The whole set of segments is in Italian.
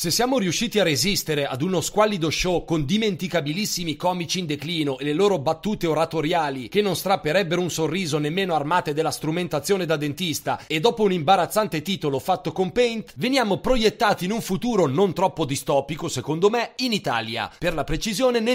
Se siamo riusciti a resistere ad uno squallido show con dimenticabilissimi comici in declino e le loro battute oratoriali che non strapperebbero un sorriso nemmeno armate della strumentazione da dentista, e dopo un imbarazzante titolo fatto con Paint, veniamo proiettati in un futuro non troppo distopico, secondo me, in Italia, per la precisione nel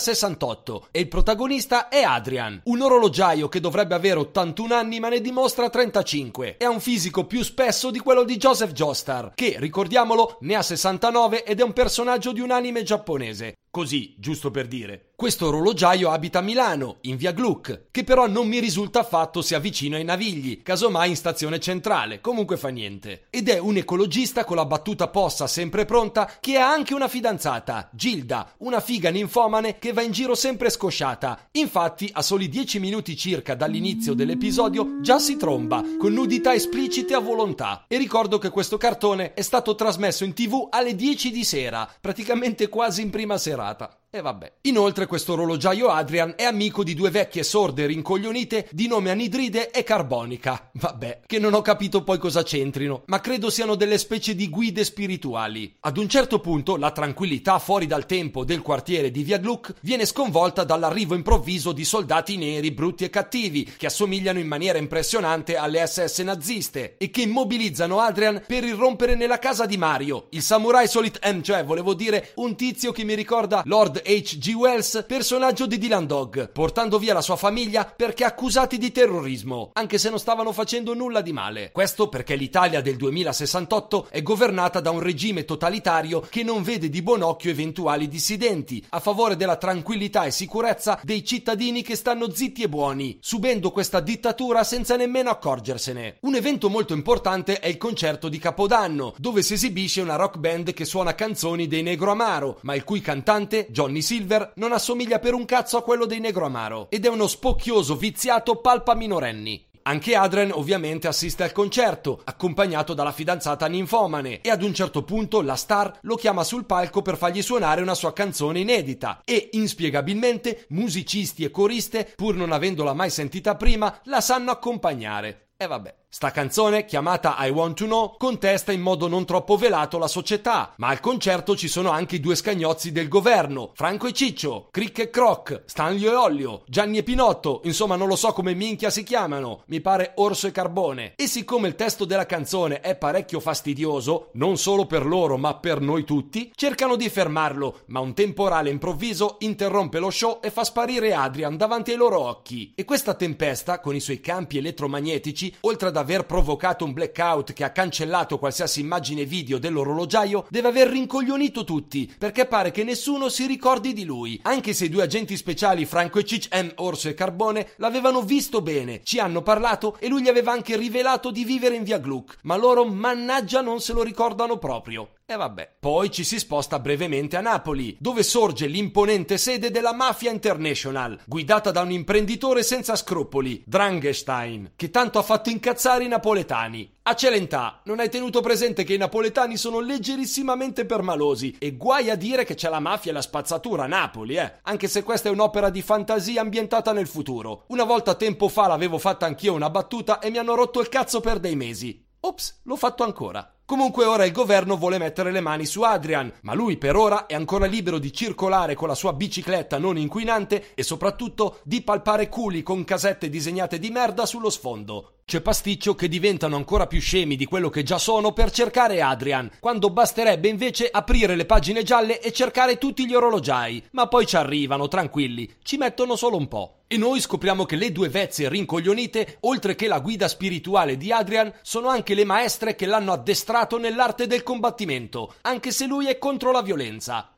2068, e il protagonista è Adrian, un orologiaio che dovrebbe avere 81 anni ma ne dimostra 35, e ha un fisico più spesso di quello di Joseph Joestar, che, ricordiamolo, ne ha 69 ed è un personaggio di un anime giapponese. Così, giusto per dire. Questo orologiaio abita a Milano, in via Gluck, che però non mi risulta affatto sia vicino ai Navigli, casomai in stazione centrale, comunque fa niente. Ed è un ecologista con la battuta possa sempre pronta, che ha anche una fidanzata, Gilda, una figa ninfomane che va in giro sempre scosciata. Infatti, a soli 10 minuti circa dall'inizio dell'episodio, già si tromba, con nudità esplicite a volontà. E ricordo che questo cartone è stato trasmesso in TV alle 10 di sera, praticamente quasi in prima serata. E vabbè. Inoltre questo orologiaio Adrian è amico di due vecchie sorde rincoglionite di nome Anidride e Carbonica. Vabbè, che non ho capito poi cosa c'entrino, ma credo siano delle specie di guide spirituali. Ad un certo punto la tranquillità fuori dal tempo del quartiere di via Gluck viene sconvolta dall'arrivo improvviso di soldati neri brutti e cattivi che assomigliano in maniera impressionante alle SS naziste e che immobilizzano Adrian per irrompere nella casa di Mario, il samurai Solid M, cioè volevo dire un tizio che mi ricorda Lord H.G. Wells, personaggio di Dylan Dog, portando via la sua famiglia perché accusati di terrorismo, anche se non stavano facendo nulla di male. Questo perché l'Italia del 2068 è governata da un regime totalitario che non vede di buon occhio eventuali dissidenti, a favore della tranquillità e sicurezza dei cittadini che stanno zitti e buoni, subendo questa dittatura senza nemmeno accorgersene. Un evento molto importante è il concerto di Capodanno, dove si esibisce una rock band che suona canzoni dei Negro Amaro, ma il cui cantante, Johnny Silver, non assomiglia per un cazzo a quello dei Negro Amaro ed è uno spocchioso viziato palpa minorenni. Anche Adrian ovviamente assiste al concerto, accompagnato dalla fidanzata ninfomane, e ad un certo punto la star lo chiama sul palco per fargli suonare una sua canzone inedita e, inspiegabilmente, musicisti e coriste, pur non avendola mai sentita prima, la sanno accompagnare. E vabbè. Sta canzone, chiamata I Want to Know, contesta in modo non troppo velato la società, ma al concerto ci sono anche i due scagnozzi del governo, Franco e Ciccio, Crick e Croc, Stanlio e Ollio, Gianni e Pinotto, insomma non lo so come minchia si chiamano, mi pare Orso e Carbone. E siccome il testo della canzone è parecchio fastidioso, non solo per loro ma per noi tutti, cercano di fermarlo, ma un temporale improvviso interrompe lo show e fa sparire Adrian davanti ai loro occhi. E questa tempesta, con i suoi campi elettromagnetici, oltre ad aver provocato un blackout che ha cancellato qualsiasi immagine video dell'orologiaio, deve aver rincoglionito tutti, perché pare che nessuno si ricordi di lui, anche se i due agenti speciali Franco e Ciccio, Orso e Carbone, l'avevano visto bene, ci hanno parlato e lui gli aveva anche rivelato di vivere in via Gluck, ma loro mannaggia non se lo ricordano proprio. E vabbè. Poi ci si sposta brevemente a Napoli, dove sorge l'imponente sede della Mafia International, guidata da un imprenditore senza scrupoli, Dranghestein, che tanto ha fatto incazzare i napoletani. A Celentà, non hai tenuto presente che i napoletani sono leggerissimamente permalosi, e guai a dire che c'è la mafia e la spazzatura a Napoli, anche se questa è un'opera di fantasia ambientata nel futuro. Una volta tempo fa l'avevo fatta anch'io una battuta e mi hanno rotto il cazzo per dei mesi. Ops, l'ho fatto ancora. Comunque ora il governo vuole mettere le mani su Adrian, ma lui per ora è ancora libero di circolare con la sua bicicletta non inquinante e soprattutto di palpare culi con casette disegnate di merda sullo sfondo. C'è pasticcio che diventano ancora più scemi di quello che già sono per cercare Adrian, quando basterebbe invece aprire le pagine gialle e cercare tutti gli orologiai, ma poi ci arrivano, tranquilli, ci mettono solo un po'. E noi scopriamo che le due vezze rincoglionite, oltre che la guida spirituale di Adrian, sono anche le maestre che l'hanno addestrato nell'arte del combattimento, anche se lui è contro la violenza.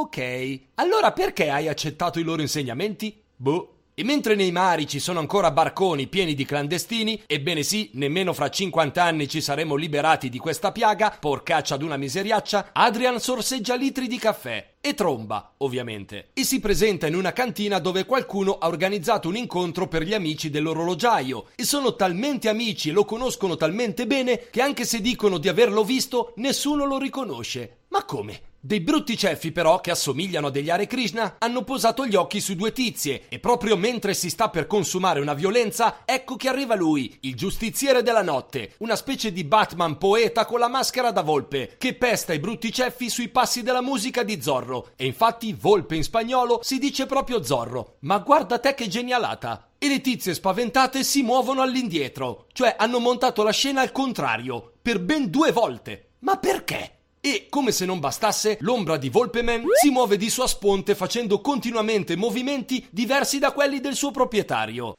Ok, allora perché hai accettato i loro insegnamenti? Boh. E mentre nei mari ci sono ancora barconi pieni di clandestini, ebbene sì, nemmeno fra 50 anni ci saremo liberati di questa piaga, porcaccia d'una miseriaccia, Adrian sorseggia litri di caffè. E tromba, ovviamente. E si presenta in una cantina dove qualcuno ha organizzato un incontro per gli amici dell'orologiaio. E sono talmente amici e lo conoscono talmente bene che anche se dicono di averlo visto, nessuno lo riconosce. Ma come? Dei brutti ceffi però, che assomigliano a degli Hare Krishna, hanno posato gli occhi su due tizie e proprio mentre si sta per consumare una violenza, ecco che arriva lui, il giustiziere della notte, una specie di Batman poeta con la maschera da volpe, che pesta i brutti ceffi sui passi della musica di Zorro. E infatti volpe in spagnolo si dice proprio Zorro. Ma guarda te che genialata! E le tizie spaventate si muovono all'indietro, cioè hanno montato la scena al contrario, per ben 2 volte. Ma perché? E, come se non bastasse, l'ombra di Volpeman si muove di sua sponte facendo continuamente movimenti diversi da quelli del suo proprietario.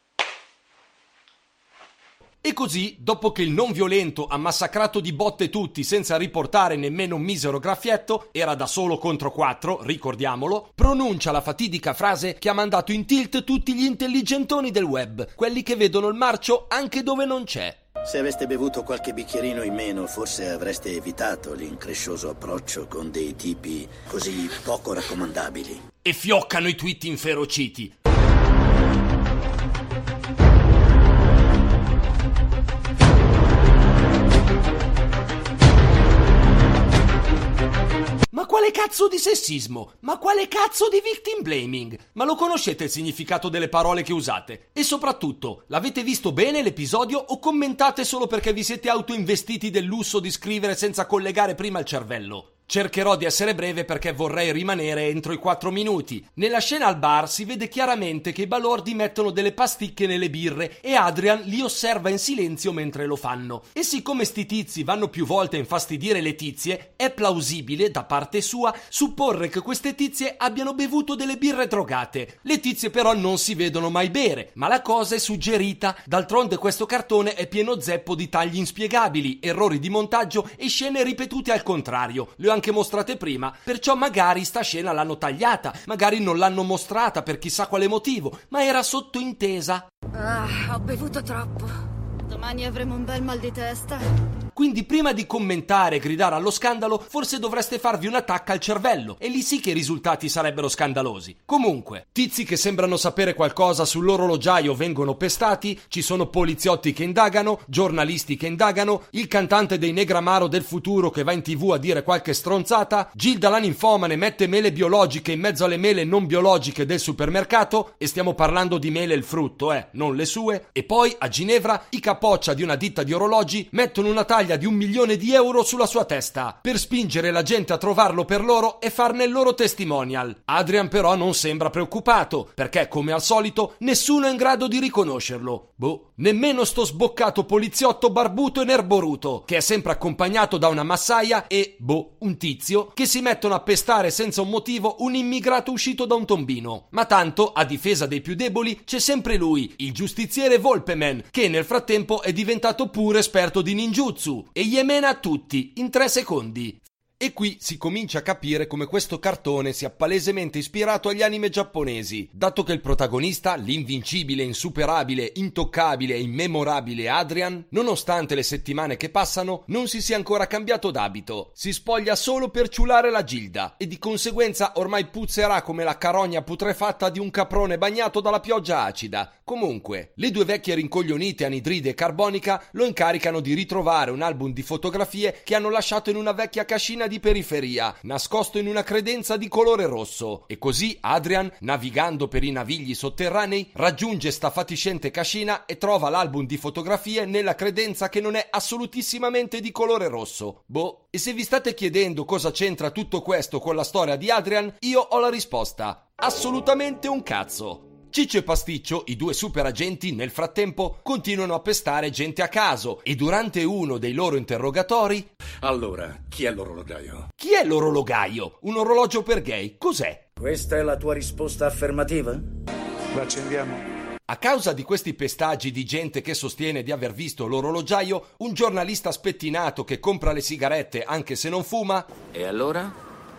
E così, dopo che il non violento ha massacrato di botte tutti senza riportare nemmeno un misero graffietto, era da solo contro 4, ricordiamolo, pronuncia la fatidica frase che ha mandato in tilt tutti gli intelligentoni del web, quelli che vedono il marcio anche dove non c'è. Se aveste bevuto qualche bicchierino in meno, forse avreste evitato l'increscioso approccio con dei tipi così poco raccomandabili. E fioccano i tweet inferociti. Ma quale cazzo di sessismo? Ma quale cazzo di victim blaming? Ma lo conoscete il significato delle parole che usate? E soprattutto, l'avete visto bene l'episodio o commentate solo perché vi siete autoinvestiti del lusso di scrivere senza collegare prima il cervello? Cercherò di essere breve perché vorrei rimanere entro i 4 minuti. Nella scena al bar si vede chiaramente che i balordi mettono delle pasticche nelle birre e Adrian li osserva in silenzio mentre lo fanno. E siccome sti tizi vanno più volte a infastidire le tizie, è plausibile, da parte sua, supporre che queste tizie abbiano bevuto delle birre drogate. Le tizie però non si vedono mai bere, ma la cosa è suggerita. D'altronde questo cartone è pieno zeppo di tagli inspiegabili, errori di montaggio e scene ripetute al contrario. Le ho anche mostrate prima, perciò magari sta scena l'hanno tagliata, magari non l'hanno mostrata per chissà quale motivo, ma era sottointesa. Ho bevuto troppo. Domani avremo un bel mal di testa. Quindi prima di commentare e gridare allo scandalo, forse dovreste farvi una tacca al cervello, e lì sì che i risultati sarebbero scandalosi. Comunque, tizi che sembrano sapere qualcosa sull'orologiaio vengono pestati, ci sono poliziotti che indagano, giornalisti che indagano, il cantante dei Negramaro del futuro che va in TV a dire qualche stronzata, Gilda la ninfomane mette mele biologiche in mezzo alle mele non biologiche del supermercato, e stiamo parlando di mele il frutto, non le sue, e poi a Ginevra i capoccia di una ditta di orologi mettono una taglia di 1 milione di euro sulla sua testa per spingere la gente a trovarlo per loro e farne il loro testimonial. Adrian però non sembra preoccupato perché, come al solito, nessuno è in grado di riconoscerlo. Nemmeno sto sboccato poliziotto barbuto e nerboruto che è sempre accompagnato da una massaia e, un tizio che si mettono a pestare senza un motivo un immigrato uscito da un tombino. Ma tanto, a difesa dei più deboli, c'è sempre lui, il giustiziere Volpeman, che nel frattempo è diventato pure esperto di ninjutsu e gli mena a tutti in 3 secondi. E qui si comincia a capire come questo cartone sia palesemente ispirato agli anime giapponesi, dato che il protagonista, l'invincibile, insuperabile, intoccabile e immemorabile Adrian, nonostante le settimane che passano, non si sia ancora cambiato d'abito. Si spoglia solo per ciulare la Gilda e di conseguenza ormai puzzerà come la carogna putrefatta di un caprone bagnato dalla pioggia acida. Comunque, le 2 vecchie rincoglionite anidride e carbonica lo incaricano di ritrovare un album di fotografie che hanno lasciato in una vecchia cascina di periferia, nascosto in una credenza di colore rosso. E così Adrian, navigando per i navigli sotterranei, raggiunge sta fatiscente cascina e trova l'album di fotografie nella credenza che non è assolutissimamente di colore rosso. E se vi state chiedendo cosa c'entra tutto questo con la storia di Adrian, io ho la risposta. Assolutamente un cazzo. Ciccio e Pasticcio, i 2 super agenti, nel frattempo continuano a pestare gente a caso e durante uno dei loro interrogatori... Allora, chi è l'orologiaio? Chi è l'orologaio? Un orologio per gay? Cos'è? Questa è la tua risposta affermativa? Lo accendiamo? A causa di questi pestaggi di gente che sostiene di aver visto l'orologiaio, un giornalista spettinato che compra le sigarette anche se non fuma... E allora?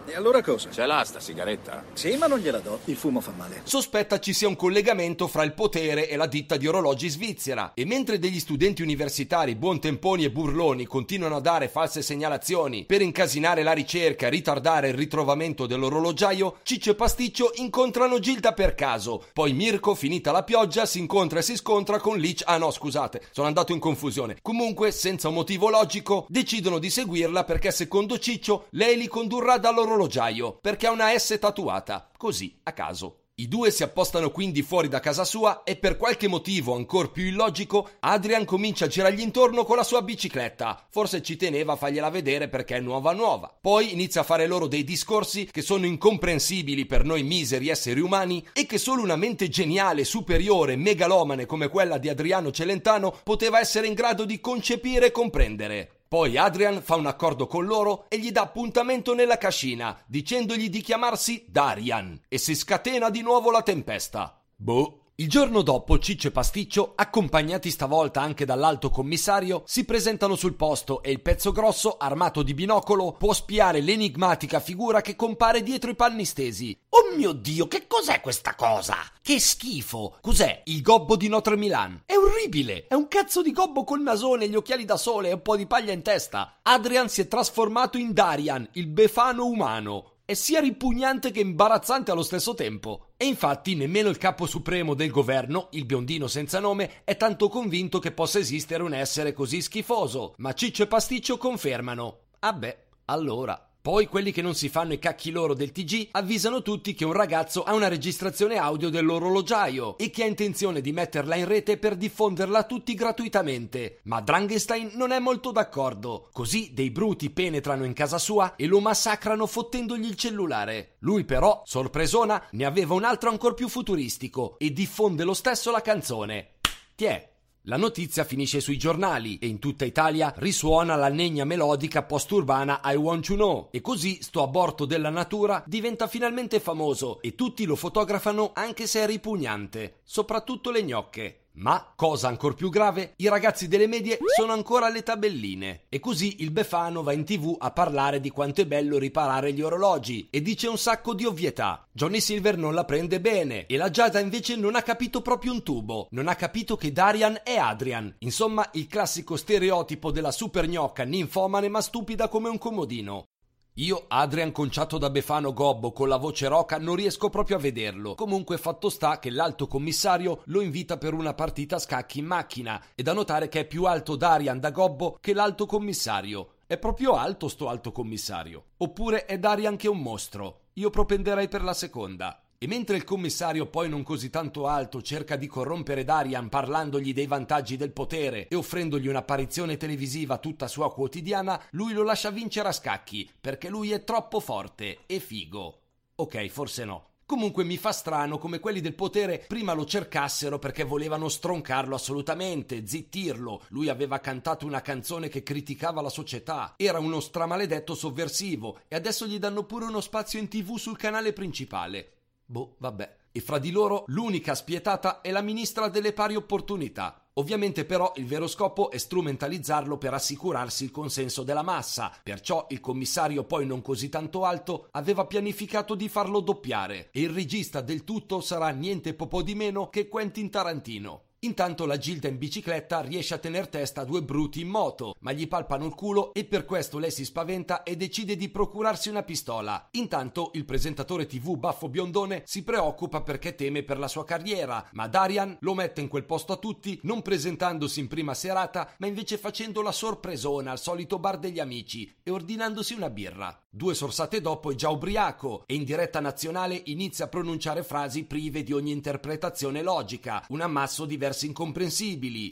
E allora cosa? Ce l'ha sta sigaretta? Sì, ma non gliela do. Il fumo fa male. Sospetta ci sia un collegamento fra il potere e la ditta di orologi svizzera, e mentre degli studenti universitari buontemponi e burloni continuano a dare false segnalazioni per incasinare la ricerca e ritardare il ritrovamento dell'orologiaio, Ciccio e Pasticcio incontrano Gilda per caso. Poi Mirko, finita la pioggia, si incontra e si scontra con Leach. Ah no, scusate, sono andato in confusione. Comunque, senza un motivo logico, decidono di seguirla perché secondo Ciccio lei li condurrà dall'orologiaio perché ha una S tatuata, così a caso. I due si appostano quindi fuori da casa sua e per qualche motivo ancor più illogico Adrian comincia a girargli intorno con la sua bicicletta. Forse ci teneva a fargliela vedere perché è nuova. Poi inizia a fare loro dei discorsi che sono incomprensibili per noi miseri esseri umani e che solo una mente geniale, superiore, megalomane come quella di Adriano Celentano poteva essere in grado di concepire e comprendere. Poi Adrian fa un accordo con loro e gli dà appuntamento nella cascina, dicendogli di chiamarsi Darian, e si scatena di nuovo la tempesta. Boh. Il giorno dopo Ciccio e Pasticcio, accompagnati stavolta anche dall'alto commissario, si presentano sul posto e il pezzo grosso, armato di binocolo, può spiare l'enigmatica figura che compare dietro i panni stesi. Oh mio Dio, che cos'è questa cosa? Che schifo! Cos'è? Il gobbo di Notre Milan? È orribile! È un cazzo di gobbo col nasone, gli occhiali da sole e un po' di paglia in testa. Adrian si è trasformato in Darian, il befano umano. È sia ripugnante che imbarazzante allo stesso tempo. E infatti nemmeno il capo supremo del governo, il biondino senza nome, è tanto convinto che possa esistere un essere così schifoso. Ma Ciccio e Pasticcio confermano. Ah beh, allora... Poi quelli che non si fanno i cacchi loro del TG avvisano tutti che un ragazzo ha una registrazione audio dell'orologiaio e che ha intenzione di metterla in rete per diffonderla a tutti gratuitamente. Ma Drangenstein non è molto d'accordo. Così dei bruti penetrano in casa sua e lo massacrano fottendogli il cellulare. Lui però, sorpresona, ne aveva un altro ancor più futuristico e diffonde lo stesso la canzone. Tiè. La notizia finisce sui giornali e in tutta Italia risuona l'allegna melodica post-urbana I Want to Know e così sto aborto della natura diventa finalmente famoso e tutti lo fotografano anche se è ripugnante, soprattutto le gnocche. Ma, cosa ancor più grave, i ragazzi delle medie sono ancora alle tabelline e così il befano va in TV a parlare di quanto è bello riparare gli orologi e dice un sacco di ovvietà. Johnny Silver non la prende bene e la Giada invece non ha capito proprio un tubo, non ha capito che Darian è Adrian. Insomma, il classico stereotipo della super gnocca ninfomane ma stupida come un comodino. Io, Adrian conciato da befano gobbo con la voce roca, non riesco proprio a vederlo. Comunque fatto sta che l'alto commissario lo invita per una partita a scacchi in macchina. È da notare che è più alto Darian da gobbo che l'alto commissario. È proprio alto sto alto commissario. Oppure è Darian che è un mostro. Io propenderei per la seconda. E mentre il commissario, poi non così tanto alto, cerca di corrompere Darian parlandogli dei vantaggi del potere e offrendogli un'apparizione televisiva tutta sua quotidiana, lui lo lascia vincere a scacchi, perché lui è troppo forte e figo. Ok, forse no. Comunque mi fa strano come quelli del potere prima lo cercassero perché volevano stroncarlo assolutamente, zittirlo. Lui aveva cantato una canzone che criticava la società, era uno stramaledetto sovversivo e adesso gli danno pure uno spazio in TV sul canale principale. Boh, vabbè. E fra di loro l'unica spietata è la ministra delle pari opportunità. Ovviamente però il vero scopo è strumentalizzarlo per assicurarsi il consenso della massa. Perciò il commissario, poi non così tanto alto, aveva pianificato di farlo doppiare. E il regista del tutto sarà niente po' di meno che Quentin Tarantino. Intanto la Gilda in bicicletta riesce a tener testa a due bruti in moto, ma gli palpano il culo e per questo lei si spaventa e decide di procurarsi una pistola. Intanto il presentatore TV baffo biondone si preoccupa perché teme per la sua carriera, ma Darian lo mette in quel posto a tutti, non presentandosi in prima serata, ma invece facendo la sorpresona al solito bar degli amici e ordinandosi una birra. 2 sorsate dopo è già ubriaco e in diretta nazionale inizia a pronunciare frasi prive di ogni interpretazione logica, un ammasso di versi incomprensibili.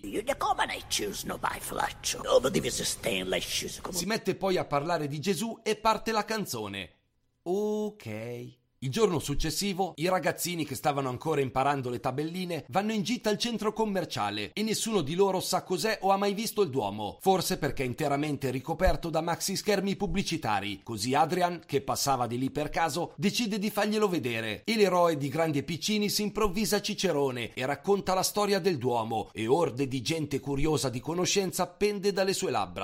Si mette poi a parlare di Gesù e parte la canzone. Ok. Il giorno successivo i ragazzini che stavano ancora imparando le tabelline vanno in gita al centro commerciale e nessuno di loro sa cos'è o ha mai visto il Duomo, forse perché è interamente ricoperto da maxi schermi pubblicitari. Così Adrian, che passava di lì per caso, decide di farglielo vedere e l'eroe di Grandi e Piccini si improvvisa cicerone e racconta la storia del Duomo e orde di gente curiosa di conoscenza pende dalle sue labbra.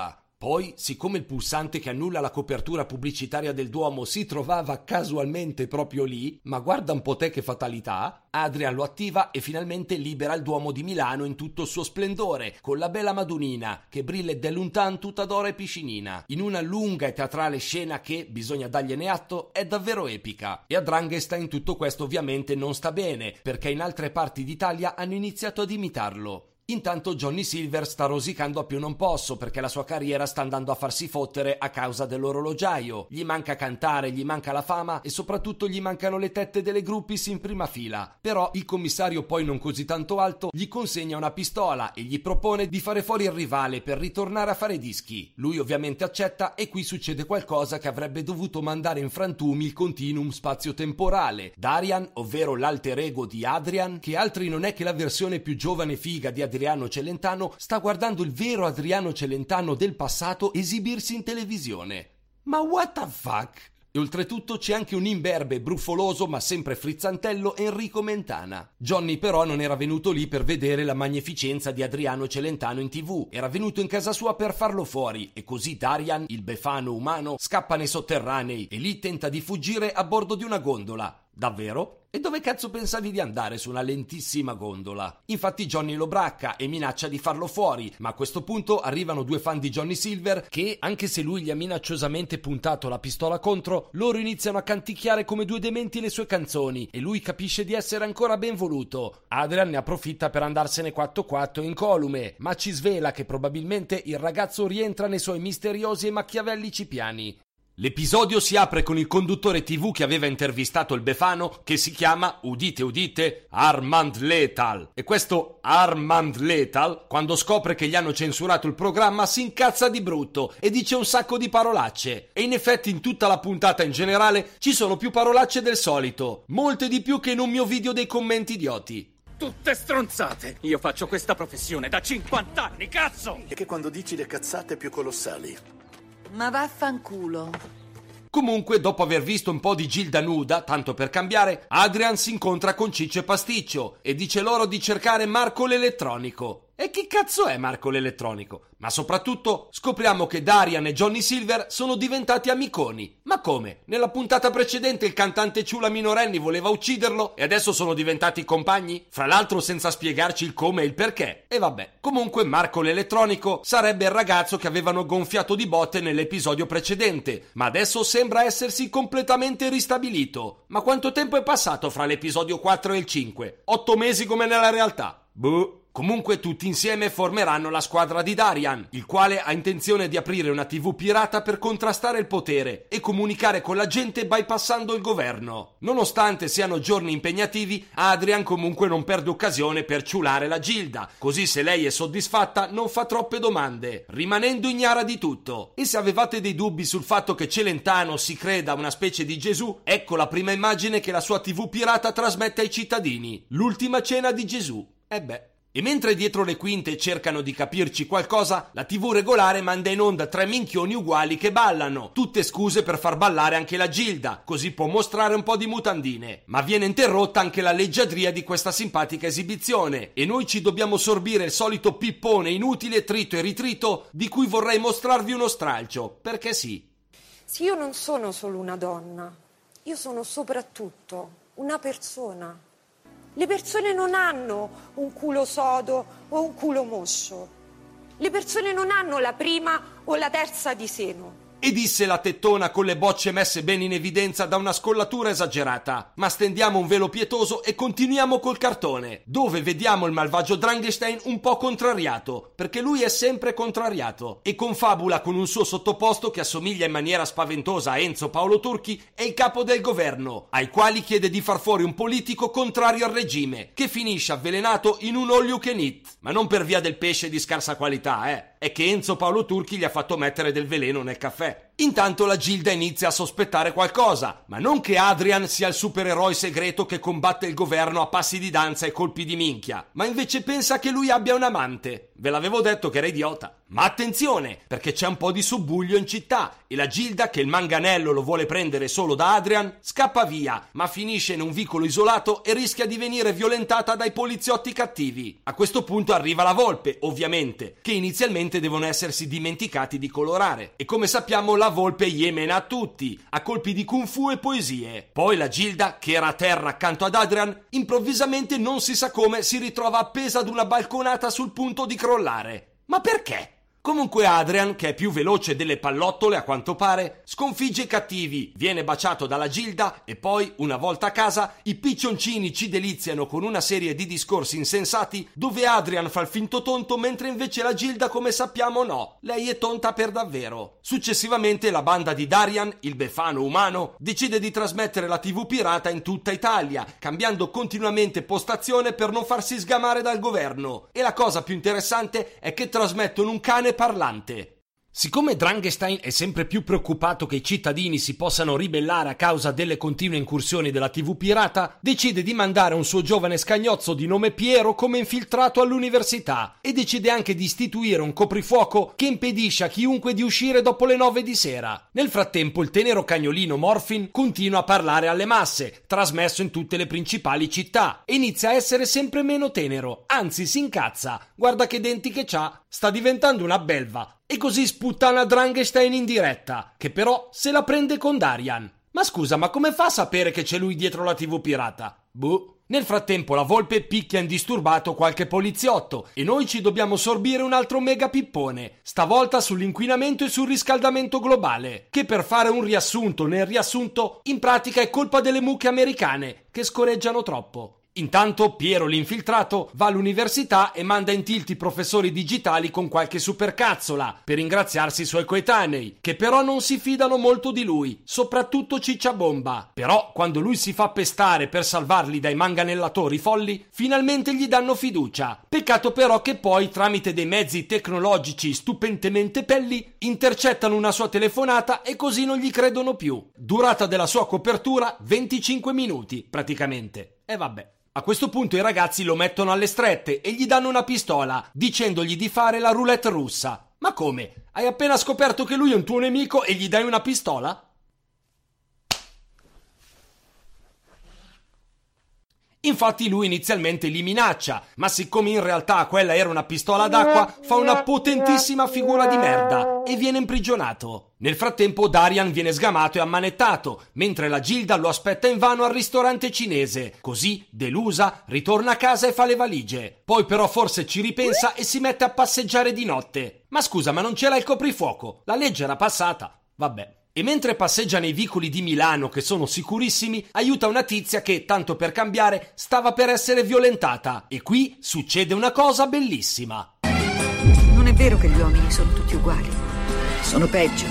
Poi, siccome il pulsante che annulla la copertura pubblicitaria del Duomo si trovava casualmente proprio lì, ma guarda un po' te che fatalità, Adrian lo attiva e finalmente libera il Duomo di Milano in tutto il suo splendore, con la bella Madonnina che brilla de luntan tutta d'oro e piscinina, in una lunga e teatrale scena che, bisogna dargliene atto, è davvero epica. E a Dranghestein tutto questo ovviamente non sta bene, perché in altre parti d'Italia hanno iniziato ad imitarlo. Intanto Johnny Silver sta rosicando a più non posso perché la sua carriera sta andando a farsi fottere a causa dell'orologiaio. Gli manca cantare, gli manca la fama e soprattutto gli mancano le tette delle groupies in prima fila. Però il commissario, poi non così tanto alto, gli consegna una pistola e gli propone di fare fuori il rivale per ritornare a fare dischi. Lui ovviamente accetta e qui succede qualcosa che avrebbe dovuto mandare in frantumi il continuum spazio-temporale. Darian, ovvero l'alter ego di Adrian, che altri non è che la versione più giovane e figa di Adriano Celentano, sta guardando il vero Adriano Celentano del passato esibirsi in televisione. Ma what the fuck? E oltretutto c'è anche un imberbe bruffoloso ma sempre frizzantello Enrico Mentana. Johnny però non era venuto lì per vedere la magnificenza di Adriano Celentano in TV, era venuto in casa sua per farlo fuori e così Darian, il befano umano, scappa nei sotterranei e lì tenta di fuggire a bordo di una gondola. Davvero? E dove cazzo pensavi di andare su una lentissima gondola? Infatti Johnny lo bracca e minaccia di farlo fuori, ma a questo punto arrivano due fan di Johnny Silver che, anche se lui gli ha minacciosamente puntato la pistola contro, loro iniziano a canticchiare come due dementi le sue canzoni e lui capisce di essere ancora ben voluto. Adrian ne approfitta per andarsene 4-4 incolume, ma ci svela che probabilmente il ragazzo rientra nei suoi misteriosi e machiavellici piani. L'episodio si apre con il conduttore TV che aveva intervistato il befano, che si chiama, udite udite, Armand Lethal. E questo Armand Lethal, quando scopre che gli hanno censurato il programma, si incazza di brutto e dice un sacco di parolacce. E in effetti in tutta la puntata in generale ci sono più parolacce del solito, molte di più che in un mio video dei commenti idioti. Tutte stronzate! Io faccio questa professione da 50 anni, cazzo! E che quando dici le cazzate più colossali. Ma vaffanculo. Comunque, dopo aver visto un po' di Gilda nuda, tanto per cambiare, Adrian si incontra con Ciccio e Pasticcio e dice loro di cercare Marco l'Elettronico. E chi cazzo è Marco l'Elettronico? Ma soprattutto scopriamo che Darian e Johnny Silver sono diventati amiconi. Ma come? Nella puntata precedente il cantante ciula minorenni voleva ucciderlo e adesso sono diventati compagni? Fra l'altro senza spiegarci il come e il perché. E vabbè. Comunque Marco l'Elettronico sarebbe il ragazzo che avevano gonfiato di botte nell'episodio precedente, ma adesso sembra essersi completamente ristabilito. Ma quanto tempo è passato fra l'episodio 4 e il 5? 8 mesi come nella realtà? Boh. Comunque tutti insieme formeranno la squadra di Darian, il quale ha intenzione di aprire una TV pirata per contrastare il potere e comunicare con la gente bypassando il governo. Nonostante siano giorni impegnativi, Adrian comunque non perde occasione per ciulare la Gilda, così se lei è soddisfatta non fa troppe domande, rimanendo ignara di tutto. E se avevate dei dubbi sul fatto che Celentano si creda una specie di Gesù, ecco la prima immagine che la sua TV pirata trasmette ai cittadini: l'ultima cena di Gesù. E beh. E mentre dietro le quinte cercano di capirci qualcosa, la TV regolare manda in onda 3 minchioni uguali che ballano, tutte scuse per far ballare anche la Gilda, così può mostrare un po' di mutandine. Ma viene interrotta anche la leggiadria di questa simpatica esibizione e noi ci dobbiamo sorbire il solito pippone inutile, trito e ritrito, di cui vorrei mostrarvi uno stralcio, perché sì. Sì, io non sono solo una donna, io sono soprattutto una persona. Le persone non hanno un culo sodo o un culo moscio. Le persone non hanno la prima o la terza di seno. E disse la tettona con le bocce messe bene in evidenza da una scollatura esagerata. Ma stendiamo un velo pietoso e continuiamo col cartone, dove vediamo il malvagio Dranghestein un po' contrariato, perché lui è sempre contrariato, e confabula con un suo sottoposto che assomiglia in maniera spaventosa a Enzo Paolo Turchi e il capo del governo, ai quali chiede di far fuori un politico contrario al regime, che finisce avvelenato in un all you can eat. Ma non per via del pesce di scarsa qualità, È che Enzo Paolo Turchi gli ha fatto mettere del veleno nel caffè. Intanto la Gilda inizia a sospettare qualcosa, ma non che Adrian sia il supereroe segreto che combatte il governo a passi di danza e colpi di minchia, ma invece pensa che lui abbia un amante. Ve l'avevo detto che era idiota. Ma attenzione, perché c'è un po' di subbuglio in città e la Gilda, che il manganello lo vuole prendere solo da Adrian, scappa via, ma finisce in un vicolo isolato e rischia di venire violentata dai poliziotti cattivi. A questo punto arriva la volpe, ovviamente, che inizialmente devono essersi dimenticati di colorare. E come sappiamo la volpe yemena a tutti, a colpi di kung fu e poesie. Poi la Gilda, che era a terra accanto ad Adrian, improvvisamente non si sa come si ritrova appesa ad una balconata sul punto di crollare. Ma perché? Comunque Adrian, che è più veloce delle pallottole a quanto pare, sconfigge i cattivi, viene baciato dalla Gilda e poi, una volta a casa, i piccioncini ci deliziano con una serie di discorsi insensati dove Adrian fa il finto tonto mentre invece la Gilda, come sappiamo, no. Lei è tonta per davvero. Successivamente la banda di Darian, il befano umano, decide di trasmettere la TV pirata in tutta Italia, cambiando continuamente postazione per non farsi sgamare dal governo. E la cosa più interessante è che trasmettono un cane parlante. Siccome Dranghestein è sempre più preoccupato che i cittadini si possano ribellare a causa delle continue incursioni della TV pirata, decide di mandare un suo giovane scagnozzo di nome Piero come infiltrato all'università e decide anche di istituire un coprifuoco che impedisce a chiunque di uscire dopo le 9 di sera. Nel frattempo il tenero cagnolino Morphin continua a parlare alle masse, trasmesso in tutte le principali città, e inizia a essere sempre meno tenero, anzi si incazza, guarda che denti che c'ha, sta diventando una belva. E così sputtana Dranghestein in diretta, che però se la prende con Darian. Ma scusa, ma come fa a sapere che c'è lui dietro la TV pirata? Boh. Nel frattempo la volpe picchia indisturbato qualche poliziotto e noi ci dobbiamo sorbire un altro mega pippone, stavolta sull'inquinamento e sul riscaldamento globale, che per fare un riassunto nel riassunto, in pratica è colpa delle mucche americane, che scoreggiano troppo. Intanto Piero l'infiltrato va all'università e manda in tilt i professori digitali con qualche supercazzola per ringraziarsi i suoi coetanei, che però non si fidano molto di lui, soprattutto Cicciabomba. Però quando lui si fa pestare per salvarli dai manganellatori folli, finalmente gli danno fiducia. Peccato però che poi, tramite dei mezzi tecnologici stupentemente pelli, intercettano una sua telefonata e così non gli credono più. Durata della sua copertura 25 minuti praticamente. E vabbè. A questo punto i ragazzi lo mettono alle strette e gli danno una pistola, dicendogli di fare la roulette russa. Ma come? Hai appena scoperto che lui è un tuo nemico e gli dai una pistola? Infatti lui inizialmente li minaccia, ma siccome in realtà quella era una pistola d'acqua, fa una potentissima figura di merda e viene imprigionato. Nel frattempo Darian viene sgamato e ammanettato, mentre la Gilda lo aspetta invano al ristorante cinese. Così, delusa, ritorna a casa e fa le valigie. Poi però forse ci ripensa e si mette a passeggiare di notte. Ma scusa, ma non c'era il coprifuoco? La legge era passata. Vabbè. E mentre passeggia nei vicoli di Milano, che sono sicurissimi, aiuta una tizia che, tanto per cambiare, stava per essere violentata. E qui succede una cosa bellissima. Non è vero che gli uomini sono tutti uguali. Sono peggio.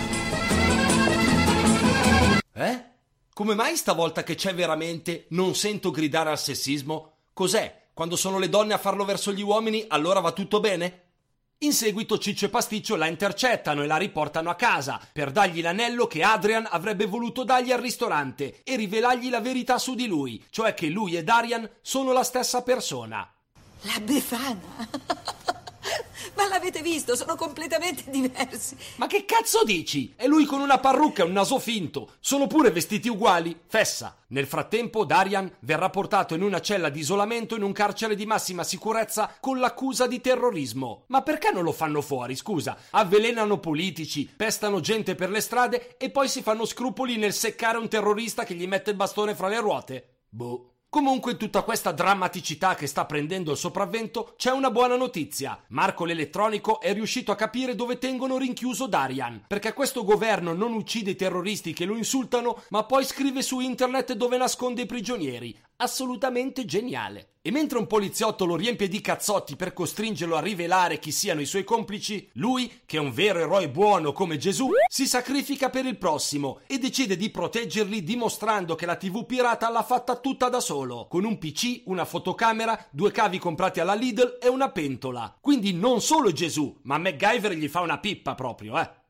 Come mai stavolta che c'è veramente non sento gridare al sessismo? Cos'è? Quando sono le donne a farlo verso gli uomini, allora va tutto bene? In seguito Ciccio e Pasticcio la intercettano e la riportano a casa per dargli l'anello che Adrian avrebbe voluto dargli al ristorante e rivelargli la verità su di lui, cioè che lui e Darian sono la stessa persona. La Befana? Ma l'avete visto? Sono completamente diversi. Ma che cazzo dici? È lui con una parrucca e un naso finto. Sono pure vestiti uguali. Fessa. Nel frattempo Darian verrà portato in una cella di isolamento in un carcere di massima sicurezza con l'accusa di terrorismo. Ma perché non lo fanno fuori, scusa? Avvelenano politici, pestano gente per le strade e poi si fanno scrupoli nel seccare un terrorista che gli mette il bastone fra le ruote? Boh. Comunque in tutta questa drammaticità che sta prendendo il sopravvento c'è una buona notizia. Marco l'elettronico è riuscito a capire dove tengono rinchiuso Darian, perché questo governo non uccide i terroristi che lo insultano, ma poi scrive su internet dove nasconde i prigionieri. Assolutamente geniale. E mentre un poliziotto lo riempie di cazzotti per costringerlo a rivelare chi siano i suoi complici, lui, che è un vero eroe buono come Gesù, si sacrifica per il prossimo e decide di proteggerli dimostrando che la TV pirata l'ha fatta tutta da solo, con un PC, una fotocamera, 2 cavi comprati alla Lidl e una pentola. Quindi non solo Gesù, ma MacGyver gli fa una pippa proprio,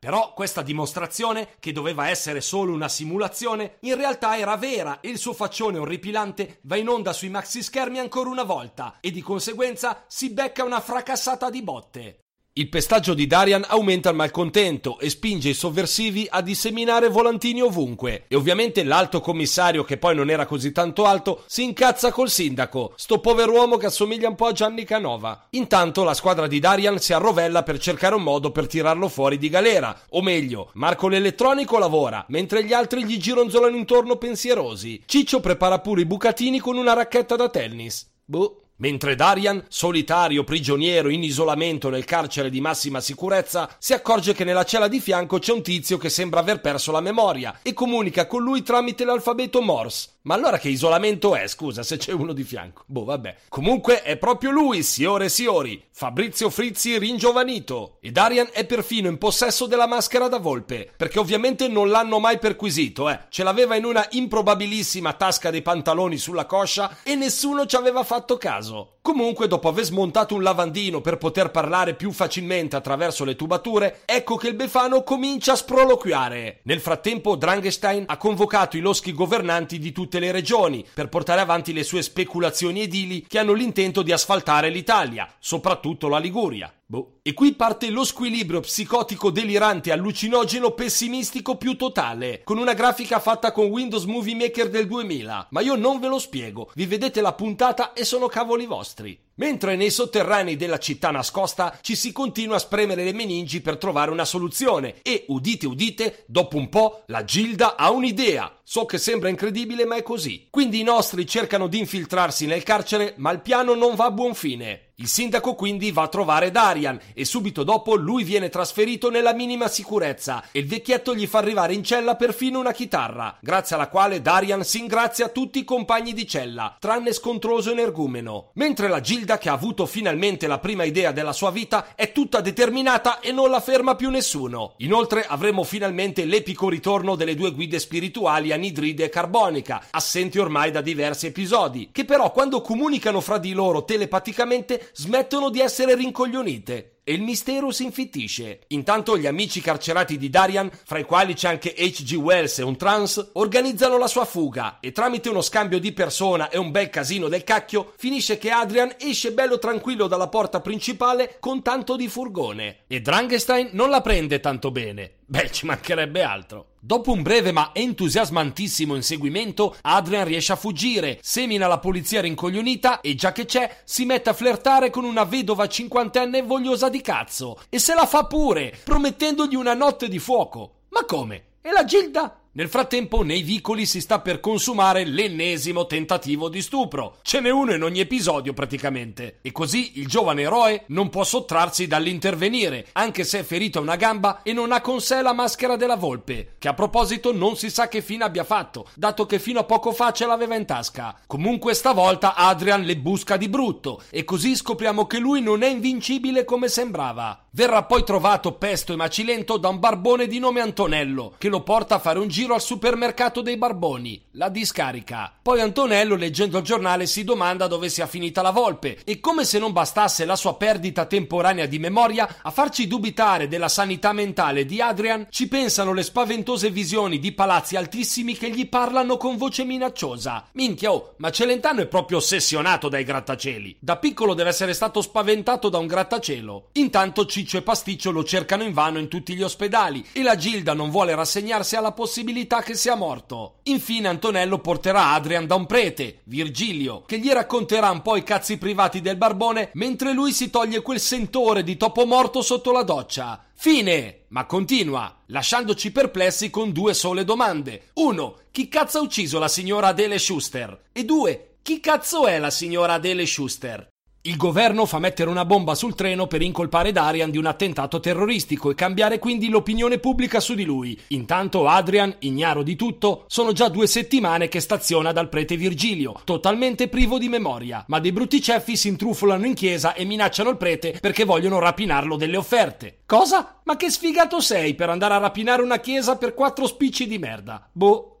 Però questa dimostrazione, che doveva essere solo una simulazione, in realtà era vera e il suo faccione orripilante va in onda sui maxi schermi ancora una volta e di conseguenza si becca una fracassata di botte. Il pestaggio di Darian aumenta il malcontento e spinge i sovversivi a disseminare volantini ovunque. E ovviamente l'alto commissario, che poi non era così tanto alto, si incazza col sindaco, sto pover'uomo che assomiglia un po' a Gianni Canova. Intanto la squadra di Darian si arrovella per cercare un modo per tirarlo fuori di galera. O meglio, Marco l'elettronico lavora, mentre gli altri gli gironzolano intorno pensierosi. Ciccio prepara pure i bucatini con una racchetta da tennis. Boh. Mentre Darian, solitario, prigioniero, in isolamento nel carcere di massima sicurezza, si accorge che nella cella di fianco c'è un tizio che sembra aver perso la memoria e comunica con lui tramite l'alfabeto Morse. Ma allora che isolamento è, scusa, se c'è uno di fianco? Boh, vabbè. Comunque è proprio lui, signore e signori, Fabrizio Frizzi ringiovanito. E Darian è perfino in possesso della maschera da volpe, perché ovviamente non l'hanno mai perquisito, Ce l'aveva in una improbabilissima tasca dei pantaloni sulla coscia e nessuno ci aveva fatto caso. Comunque, dopo aver smontato un lavandino per poter parlare più facilmente attraverso le tubature, ecco che il Befano comincia a sproloquiare. Nel frattempo Dranghestein ha convocato i loschi governanti di tutte le regioni per portare avanti le sue speculazioni edili che hanno l'intento di asfaltare l'Italia, soprattutto la Liguria. E qui parte lo squilibrio psicotico delirante allucinogeno pessimistico più totale, con una grafica fatta con Windows Movie Maker del 2000, ma io non ve lo spiego, vi vedete la puntata e sono cavoli vostri. Mentre nei sotterranei della città nascosta ci si continua a spremere le meningi per trovare una soluzione e, udite udite, dopo un po' la Gilda ha un'idea. So che sembra incredibile, ma è così. Quindi i nostri cercano di infiltrarsi nel carcere, ma il piano non va a buon fine. Il sindaco quindi va a trovare Darian e subito dopo lui viene trasferito nella minima sicurezza e il vecchietto gli fa arrivare in cella perfino una chitarra, grazie alla quale Darian si ingrazia tutti i compagni di cella, tranne Scontroso e Energumeno. Mentre la Gilda, che ha avuto finalmente la prima idea della sua vita, è tutta determinata e non la ferma più nessuno. Inoltre avremo finalmente l'epico ritorno delle due guide spirituali Anidride e Carbonica, assenti ormai da diversi episodi, che però quando comunicano fra di loro telepaticamente smettono di essere rincoglionite e il mistero si infittisce. Intanto gli amici carcerati di Darian, fra i quali c'è anche H.G. Wells e un trans, organizzano la sua fuga e tramite uno scambio di persona e un bel casino del cacchio finisce che Adrian esce bello tranquillo dalla porta principale con tanto di furgone e Dranghestein non la prende tanto bene. Beh, ci mancherebbe altro. Dopo un breve ma entusiasmantissimo inseguimento, Adrian riesce a fuggire, semina la polizia rincoglionita e, già che c'è, si mette a flirtare con una vedova cinquantenne vogliosa di cazzo e se la fa pure, promettendogli una notte di fuoco. Ma come? E la Gilda? Nel frattempo nei vicoli si sta per consumare l'ennesimo tentativo di stupro. Ce n'è uno in ogni episodio praticamente. E così il giovane eroe non può sottrarsi dall'intervenire, anche se è ferito a una gamba e non ha con sé la maschera della volpe, che a proposito non si sa che fine abbia fatto, dato che fino a poco fa ce l'aveva in tasca. Comunque stavolta Adrian le busca di brutto e così scopriamo che lui non è invincibile come sembrava. Verrà poi trovato pesto e macilento da un barbone di nome Antonello, che lo porta a fare un giro al supermercato dei barboni, la discarica. Poi Antonello, leggendo il giornale, si domanda dove sia finita la volpe e, come se non bastasse la sua perdita temporanea di memoria, a farci dubitare della sanità mentale di Adrian ci pensano le spaventose visioni di palazzi altissimi che gli parlano con voce minacciosa. Minchia, ma Celentano è proprio ossessionato dai grattacieli. Da piccolo deve essere stato spaventato da un grattacielo. Intanto Ciccio e Pasticcio lo cercano invano in tutti gli ospedali e la Gilda non vuole rassegnarsi alla possibilità che sia morto. Infine Antonello porterà Adrian da un prete, Virgilio, che gli racconterà un po' i cazzi privati del barbone mentre lui si toglie quel sentore di topo morto sotto la doccia. Fine! Ma continua, lasciandoci perplessi con due sole domande. 1. Chi cazzo ha ucciso la signora Adele Schuster? E 2. Chi cazzo è la signora Adele Schuster? Il governo fa mettere una bomba sul treno per incolpare Darian di un attentato terroristico e cambiare quindi l'opinione pubblica su di lui. Intanto Adrian, ignaro di tutto, sono già 2 settimane che staziona dal prete Virgilio, totalmente privo di memoria, ma dei brutti ceffi si intrufolano in chiesa e minacciano il prete perché vogliono rapinarlo delle offerte. Cosa? Ma che sfigato sei per andare a rapinare una chiesa per 4 spicci di merda? Boh.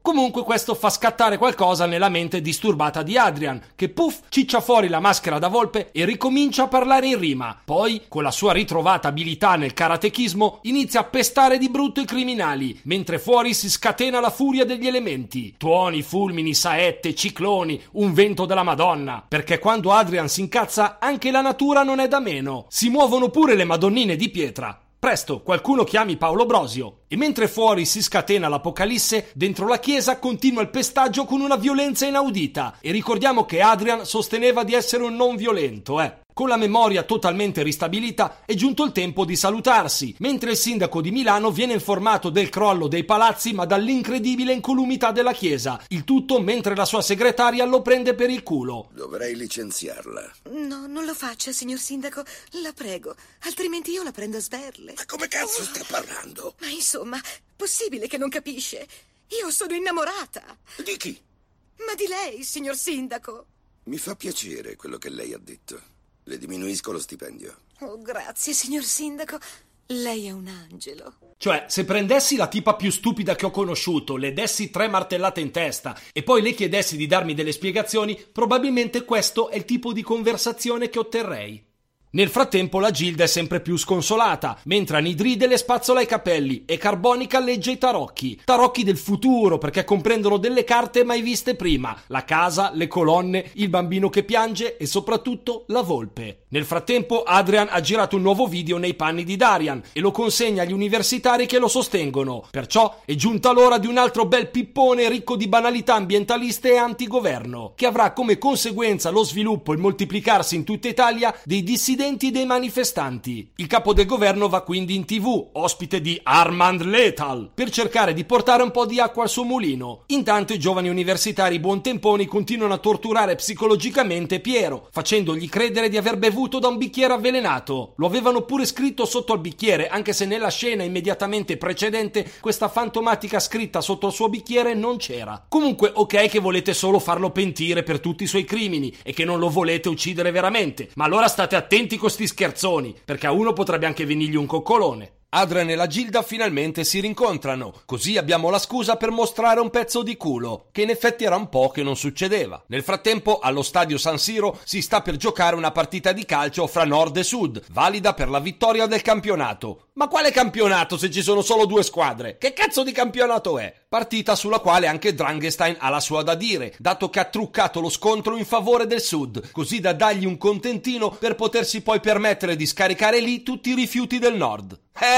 Comunque questo fa scattare qualcosa nella mente disturbata di Adrian, che puff ciccia fuori la maschera da volpe e ricomincia a parlare in rima. Poi, con la sua ritrovata abilità nel karatechismo, inizia a pestare di brutto i criminali, mentre fuori si scatena la furia degli elementi. Tuoni, fulmini, saette, cicloni, un vento della Madonna. Perché quando Adrian si incazza, anche la natura non è da meno. Si muovono pure le madonnine di pietra. Presto, qualcuno chiami Paolo Brosio. E mentre fuori si scatena l'apocalisse, dentro la chiesa continua il pestaggio con una violenza inaudita. E ricordiamo che Adrian sosteneva di essere un non violento, Con la memoria totalmente ristabilita è giunto il tempo di salutarsi, mentre il sindaco di Milano viene informato del crollo dei palazzi ma dall'incredibile incolumità della chiesa, il tutto mentre la sua segretaria lo prende per il culo. Dovrei licenziarla. No, non lo faccia, signor sindaco, la prego, altrimenti io la prendo a sberle. Ma come cazzo sta parlando? Ma insomma, possibile che non capisce? Io sono innamorata. Di chi? Ma di lei, signor sindaco. Mi fa piacere quello che lei ha detto. Le diminuisco lo stipendio. Oh, grazie, signor sindaco. Lei è un angelo. Cioè, se prendessi la tipa più stupida che ho conosciuto, le dessi 3 martellate in testa e poi le chiedessi di darmi delle spiegazioni, probabilmente questo è il tipo di conversazione che otterrei. Nel frattempo la Gilda è sempre più sconsolata, mentre Anidride le spazzola i capelli e Carbonica legge i tarocchi. Tarocchi del futuro, perché comprendono delle carte mai viste prima: la casa, le colonne, il bambino che piange e soprattutto la volpe. Nel frattempo Adrian ha girato un nuovo video nei panni di Darian e lo consegna agli universitari che lo sostengono. Perciò è giunta l'ora di un altro bel pippone ricco di banalità ambientaliste e antigoverno, che avrà come conseguenza lo sviluppo e il moltiplicarsi in tutta Italia dei dissidenti dei manifestanti. Il capo del governo va quindi in TV, ospite di Armand Lethal, per cercare di portare un po' di acqua al suo mulino. Intanto i giovani universitari buontemponi continuano a torturare psicologicamente Piero, facendogli credere di aver bevuto da un bicchiere avvelenato. Lo avevano pure scritto sotto al bicchiere, anche se nella scena immediatamente precedente questa fantomatica scritta sotto il suo bicchiere non c'era. Comunque, ok che volete solo farlo pentire per tutti i suoi crimini e che non lo volete uccidere veramente, ma allora state attenti con sti scherzoni, perché a uno potrebbe anche venirgli un coccolone. Adrian e la Gilda finalmente si rincontrano, così abbiamo la scusa per mostrare un pezzo di culo, che in effetti era un po' che non succedeva. Nel frattempo, allo stadio San Siro si sta per giocare una partita di calcio fra Nord e Sud, valida per la vittoria del campionato. Ma quale campionato se ci sono solo 2 squadre? Che cazzo di campionato è? Partita sulla quale anche Dranghestein ha la sua da dire, dato che ha truccato lo scontro in favore del Sud, così da dargli un contentino per potersi poi permettere di scaricare lì tutti i rifiuti del Nord.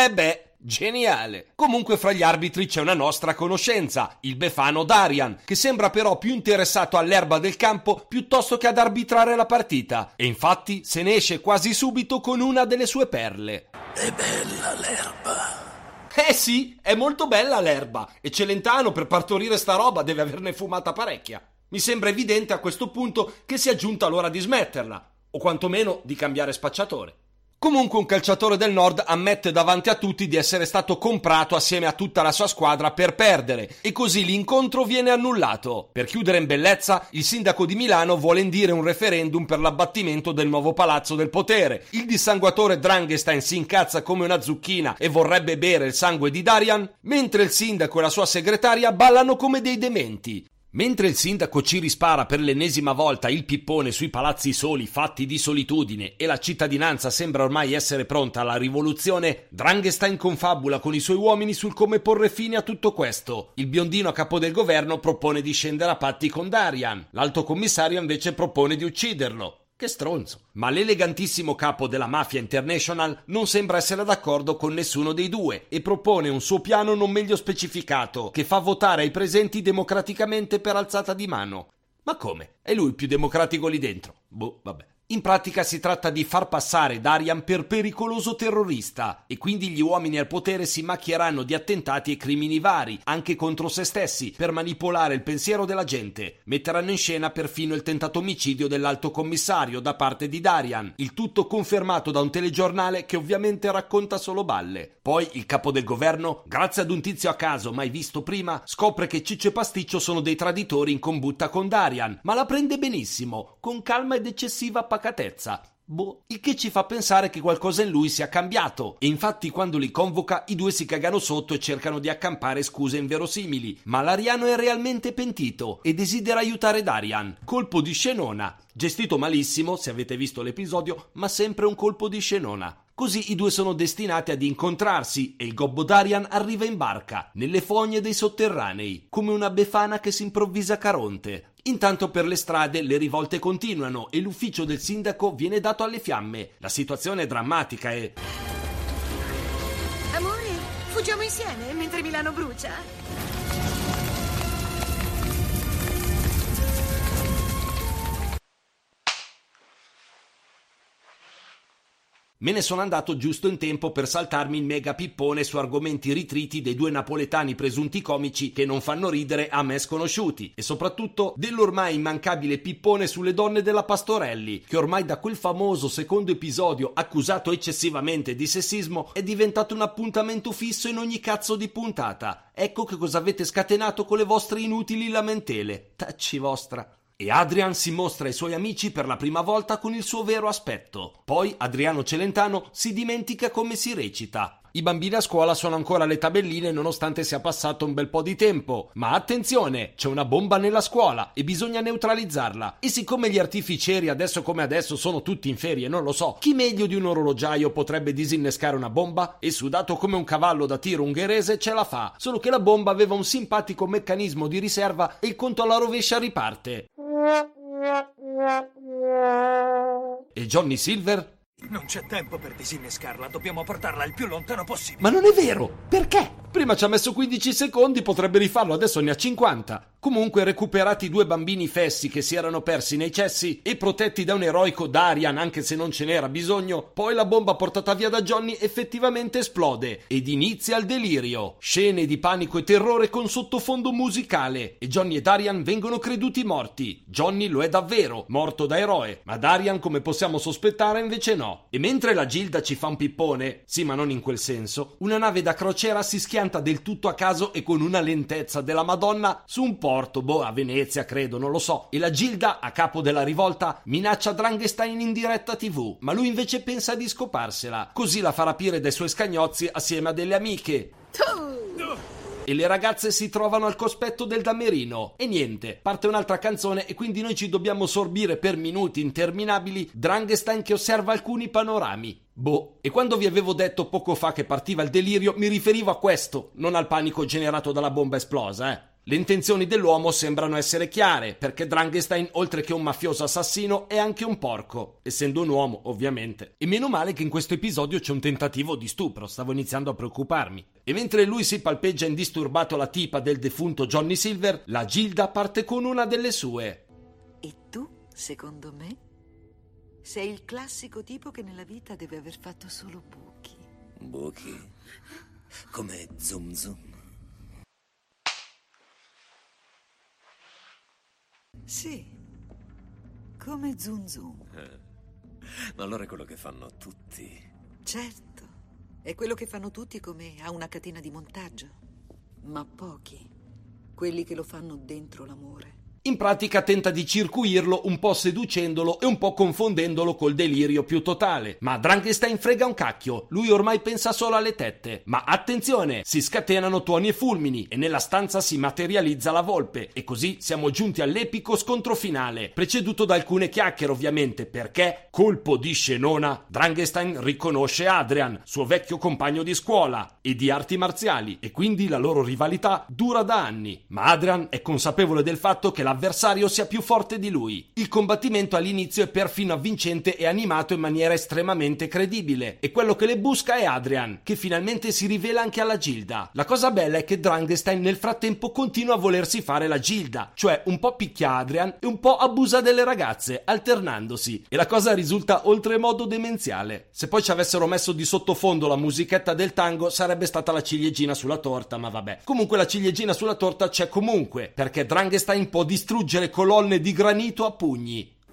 Geniale! Comunque fra gli arbitri c'è una nostra conoscenza, il befano Darian, che sembra però più interessato all'erba del campo piuttosto che ad arbitrare la partita, e infatti se ne esce quasi subito con una delle sue perle. È bella l'erba. Sì, è molto bella l'erba, e Celentano per partorire sta roba deve averne fumata parecchia. Mi sembra evidente a questo punto che sia giunta l'ora di smetterla, o quantomeno di cambiare spacciatore. Comunque un calciatore del Nord ammette davanti a tutti di essere stato comprato assieme a tutta la sua squadra per perdere, e così l'incontro viene annullato. Per chiudere in bellezza, il sindaco di Milano vuole indire un referendum per l'abbattimento del nuovo palazzo del potere. Il dissanguatore Dranghestein si incazza come una zucchina e vorrebbe bere il sangue di Darian, mentre il sindaco e la sua segretaria ballano come dei dementi. Mentre il sindaco ci rispara per l'ennesima volta il pippone sui palazzi soli fatti di solitudine e la cittadinanza sembra ormai essere pronta alla rivoluzione, Dranghestein confabula con i suoi uomini sul come porre fine a tutto questo. Il biondino a capo del governo propone di scendere a patti con Darian, l'alto commissario invece propone di ucciderlo. Che stronzo. Ma l'elegantissimo capo della Mafia International non sembra essere d'accordo con nessuno dei due e propone un suo piano non meglio specificato, che fa votare ai presenti democraticamente per alzata di mano. Ma come? È lui il più democratico lì dentro? Vabbè. In pratica si tratta di far passare Darian per pericoloso terrorista e quindi gli uomini al potere si macchieranno di attentati e crimini vari, anche contro se stessi, per manipolare il pensiero della gente. Metteranno in scena perfino il tentato omicidio dell'alto commissario da parte di Darian, il tutto confermato da un telegiornale che ovviamente racconta solo balle. Poi il capo del governo, grazie ad un tizio a caso mai visto prima, scopre che Ciccio e Pasticcio sono dei traditori in combutta con Darian, ma la prende benissimo, con calma ed eccessiva pacatezza. Il che ci fa pensare che qualcosa in lui sia cambiato, e infatti quando li convoca i due si cagano sotto e cercano di accampare scuse inverosimili, ma l'ariano è realmente pentito e desidera aiutare Darian. Colpo di scenona, gestito malissimo se avete visto l'episodio, ma sempre un colpo di scenona. Così i due sono destinati ad incontrarsi e il gobbo Darian arriva in barca, nelle fogne dei sotterranei, come una befana che si improvvisa Caronte. Intanto per le strade le rivolte continuano e l'ufficio del sindaco viene dato alle fiamme. La situazione è drammatica e... Amore, fuggiamo insieme mentre Milano brucia? Me ne sono andato giusto in tempo per saltarmi il mega pippone su argomenti ritriti dei due napoletani presunti comici che non fanno ridere a me sconosciuti, e soprattutto dell'ormai immancabile pippone sulle donne della Pastorelli, che ormai da quel famoso secondo episodio accusato eccessivamente di sessismo è diventato un appuntamento fisso in ogni cazzo di puntata. Ecco che cosa avete scatenato con le vostre inutili lamentele. Tacci vostra. E Adrian si mostra ai suoi amici per la prima volta con il suo vero aspetto. Poi Adriano Celentano si dimentica come si recita. I bambini a scuola sono ancora alle tabelline nonostante sia passato un bel po' di tempo. Ma attenzione, c'è una bomba nella scuola e bisogna neutralizzarla. E siccome gli artificieri adesso come adesso sono tutti in ferie, non lo so, chi meglio di un orologiaio potrebbe disinnescare una bomba? E sudato come un cavallo da tiro ungherese ce la fa. Solo che la bomba aveva un simpatico meccanismo di riserva e il conto alla rovescia riparte. E Johnny Silver? Non c'è tempo per disinnescarla, dobbiamo portarla il più lontano possibile. Ma non è vero! Perché? Prima ci ha messo 15 secondi, potrebbe rifarlo, adesso ne ha 50. Comunque, recuperati i due bambini fessi che si erano persi nei cessi e protetti da un eroico Darian, anche se non ce n'era bisogno, poi la bomba portata via da Johnny effettivamente esplode ed inizia il delirio. Scene di panico e terrore con sottofondo musicale e Johnny e Darian vengono creduti morti. Johnny lo è davvero, morto da eroe, ma Darian, come possiamo sospettare, invece no. E mentre la Gilda ci fa un pippone, sì ma non in quel senso, una nave da crociera si schianta del tutto a caso e con una lentezza della Madonna su un porto, a Venezia credo, non lo so, e la Gilda, a capo della rivolta, minaccia Dranghestein in diretta TV, ma lui invece pensa di scoparsela, così la fa rapire dai suoi scagnozzi assieme a delle amiche. E le ragazze si trovano al cospetto del Damerino. E niente, parte un'altra canzone e quindi noi ci dobbiamo sorbire per minuti interminabili Dranghestein che osserva alcuni panorami. E quando vi avevo detto poco fa che partiva il delirio, mi riferivo a questo, non al panico generato dalla bomba esplosa, Le intenzioni dell'uomo sembrano essere chiare, perché Dranghestein, oltre che un mafioso assassino, è anche un porco, essendo un uomo, ovviamente. E meno male che in questo episodio c'è un tentativo di stupro, stavo iniziando a preoccuparmi. E mentre lui si palpeggia indisturbato la tipa del defunto Johnny Silver, la Gilda parte con una delle sue. E tu, secondo me, sei il classico tipo che nella vita deve aver fatto solo buchi. Buchi? Come Zoom Zoom? Sì, come Zoom Zoom. Ma allora è quello che fanno tutti. Certo, è quello che fanno tutti come a una catena di montaggio. Ma pochi, quelli che lo fanno dentro l'amore. In pratica tenta di circuirlo un po' seducendolo e un po' confondendolo col delirio più totale. Ma Dranghestein frega un cacchio, lui ormai pensa solo alle tette. Ma attenzione, si scatenano tuoni e fulmini e nella stanza si materializza la volpe. E così siamo giunti all'epico scontro finale, preceduto da alcune chiacchiere ovviamente, perché, colpo di scenona, Dranghestein riconosce Adrian, suo vecchio compagno di scuola e di arti marziali, e quindi la loro rivalità dura da anni. Ma Adrian è consapevole del fatto che l'avversario sia più forte di lui. Il combattimento all'inizio è perfino avvincente e animato in maniera estremamente credibile, e quello che le busca è Adrian, che finalmente si rivela anche alla Gilda. La cosa bella è che Dranghestein nel frattempo continua a volersi fare la Gilda, cioè un po' picchia Adrian e un po' abusa delle ragazze, alternandosi, e la cosa risulta oltremodo demenziale. Se poi ci avessero messo di sottofondo la musichetta del tango sarebbe stata la ciliegina sulla torta, ma vabbè. Comunque la ciliegina sulla torta c'è comunque, perché Dranghestein può distruggere colonne di granito a pugni.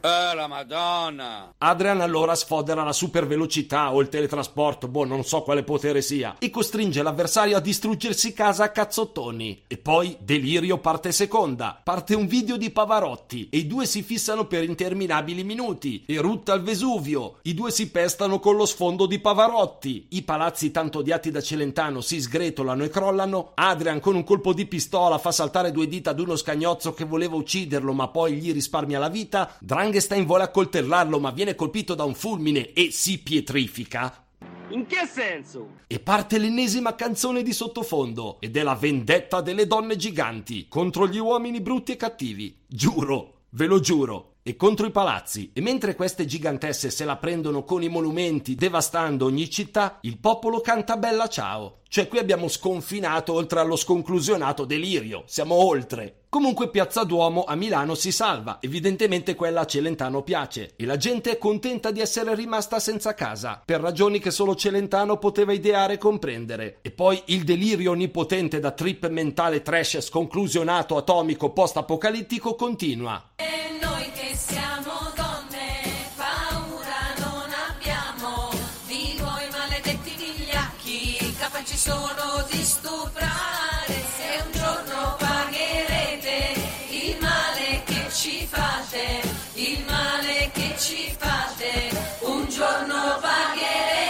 La Madonna! Adrian allora sfodera la super velocità o il teletrasporto, non so quale potere sia, e costringe l'avversario a distruggersi casa a cazzottoni. E poi delirio parte seconda. Parte un video di Pavarotti e i due si fissano per interminabili minuti. Erutta il Vesuvio. I due si pestano con lo sfondo di Pavarotti. I palazzi tanto odiati da Celentano si sgretolano e crollano. Adrian con un colpo di pistola fa saltare 2 dita ad uno scagnozzo che voleva ucciderlo ma poi gli risparmia la vita. Frankenstein vuole accoltellarlo ma viene colpito da un fulmine e si pietrifica. In che senso? E parte l'ennesima canzone di sottofondo ed è la vendetta delle donne giganti contro gli uomini brutti e cattivi. Giuro, ve lo giuro. E contro i palazzi. E mentre queste gigantesse se la prendono con i monumenti devastando ogni città, il popolo canta Bella Ciao. Cioè qui abbiamo sconfinato oltre allo sconclusionato delirio. Siamo oltre. Comunque Piazza Duomo a Milano si salva. Evidentemente quella a Celentano piace. E la gente è contenta di essere rimasta senza casa. Per ragioni che solo Celentano poteva ideare e comprendere. E poi il delirio onnipotente da trip mentale trash sconclusionato atomico post-apocalittico continua. Siamo donne, paura non abbiamo di voi maledetti vigliacchi, capaci sono di stuprare. Se un giorno pagherete il male che ci fate, il male che ci fate, un giorno pagherete.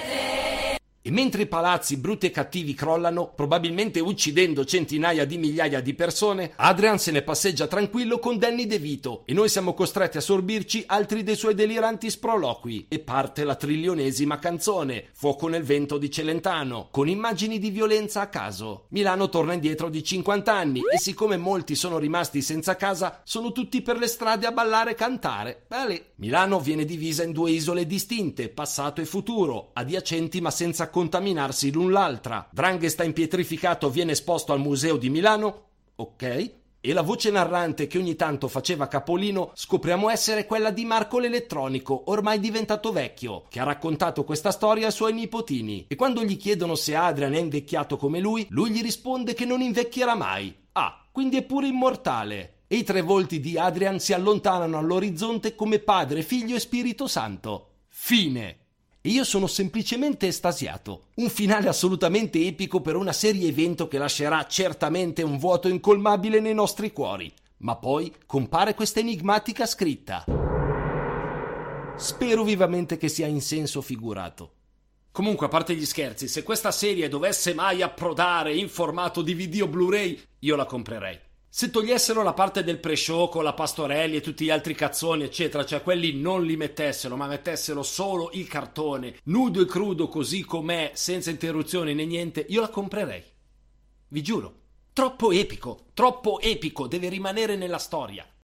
E mentre i palazzi brutti e cattivi crollano, probabilmente uccidendo centinaia di migliaia di persone, Adrian se ne passeggia tranquillo con Danny DeVito e noi siamo costretti a sorbirci altri dei suoi deliranti sproloqui. E parte la trilionesima canzone, Fuoco nel vento di Celentano, con immagini di violenza a caso. Milano torna indietro di 50 anni e siccome molti sono rimasti senza casa, sono tutti per le strade a ballare e cantare. Beh, Milano viene divisa in 2 isole distinte, passato e futuro, adiacenti ma senza contaminarsi l'un l'altra. Frankenstein pietrificato viene esposto al Museo di Milano, ok, e la voce narrante che ogni tanto faceva capolino scopriamo essere quella di Marco l'elettronico, ormai diventato vecchio, che ha raccontato questa storia ai suoi nipotini. E quando gli chiedono se Adrian è invecchiato come lui gli risponde che non invecchierà mai. Ah, quindi è pure immortale. E i 3 volti di Adrian si allontanano all'orizzonte come Padre, Figlio e Spirito Santo. Fine. E io sono semplicemente estasiato. Un finale assolutamente epico per una serie evento che lascerà certamente un vuoto incolmabile nei nostri cuori. Ma poi compare questa enigmatica scritta. Spero vivamente che sia in senso figurato. Comunque, a parte gli scherzi, se questa serie dovesse mai approdare in formato DVD o Blu-ray, io la comprerei. Se togliessero la parte del pre-show con la Pastorelli e tutti gli altri cazzoni eccetera, cioè quelli non li mettessero ma mettessero solo il cartone nudo e crudo così com'è, senza interruzioni né niente, io la comprerei. Vi giuro, troppo epico, deve rimanere nella storia.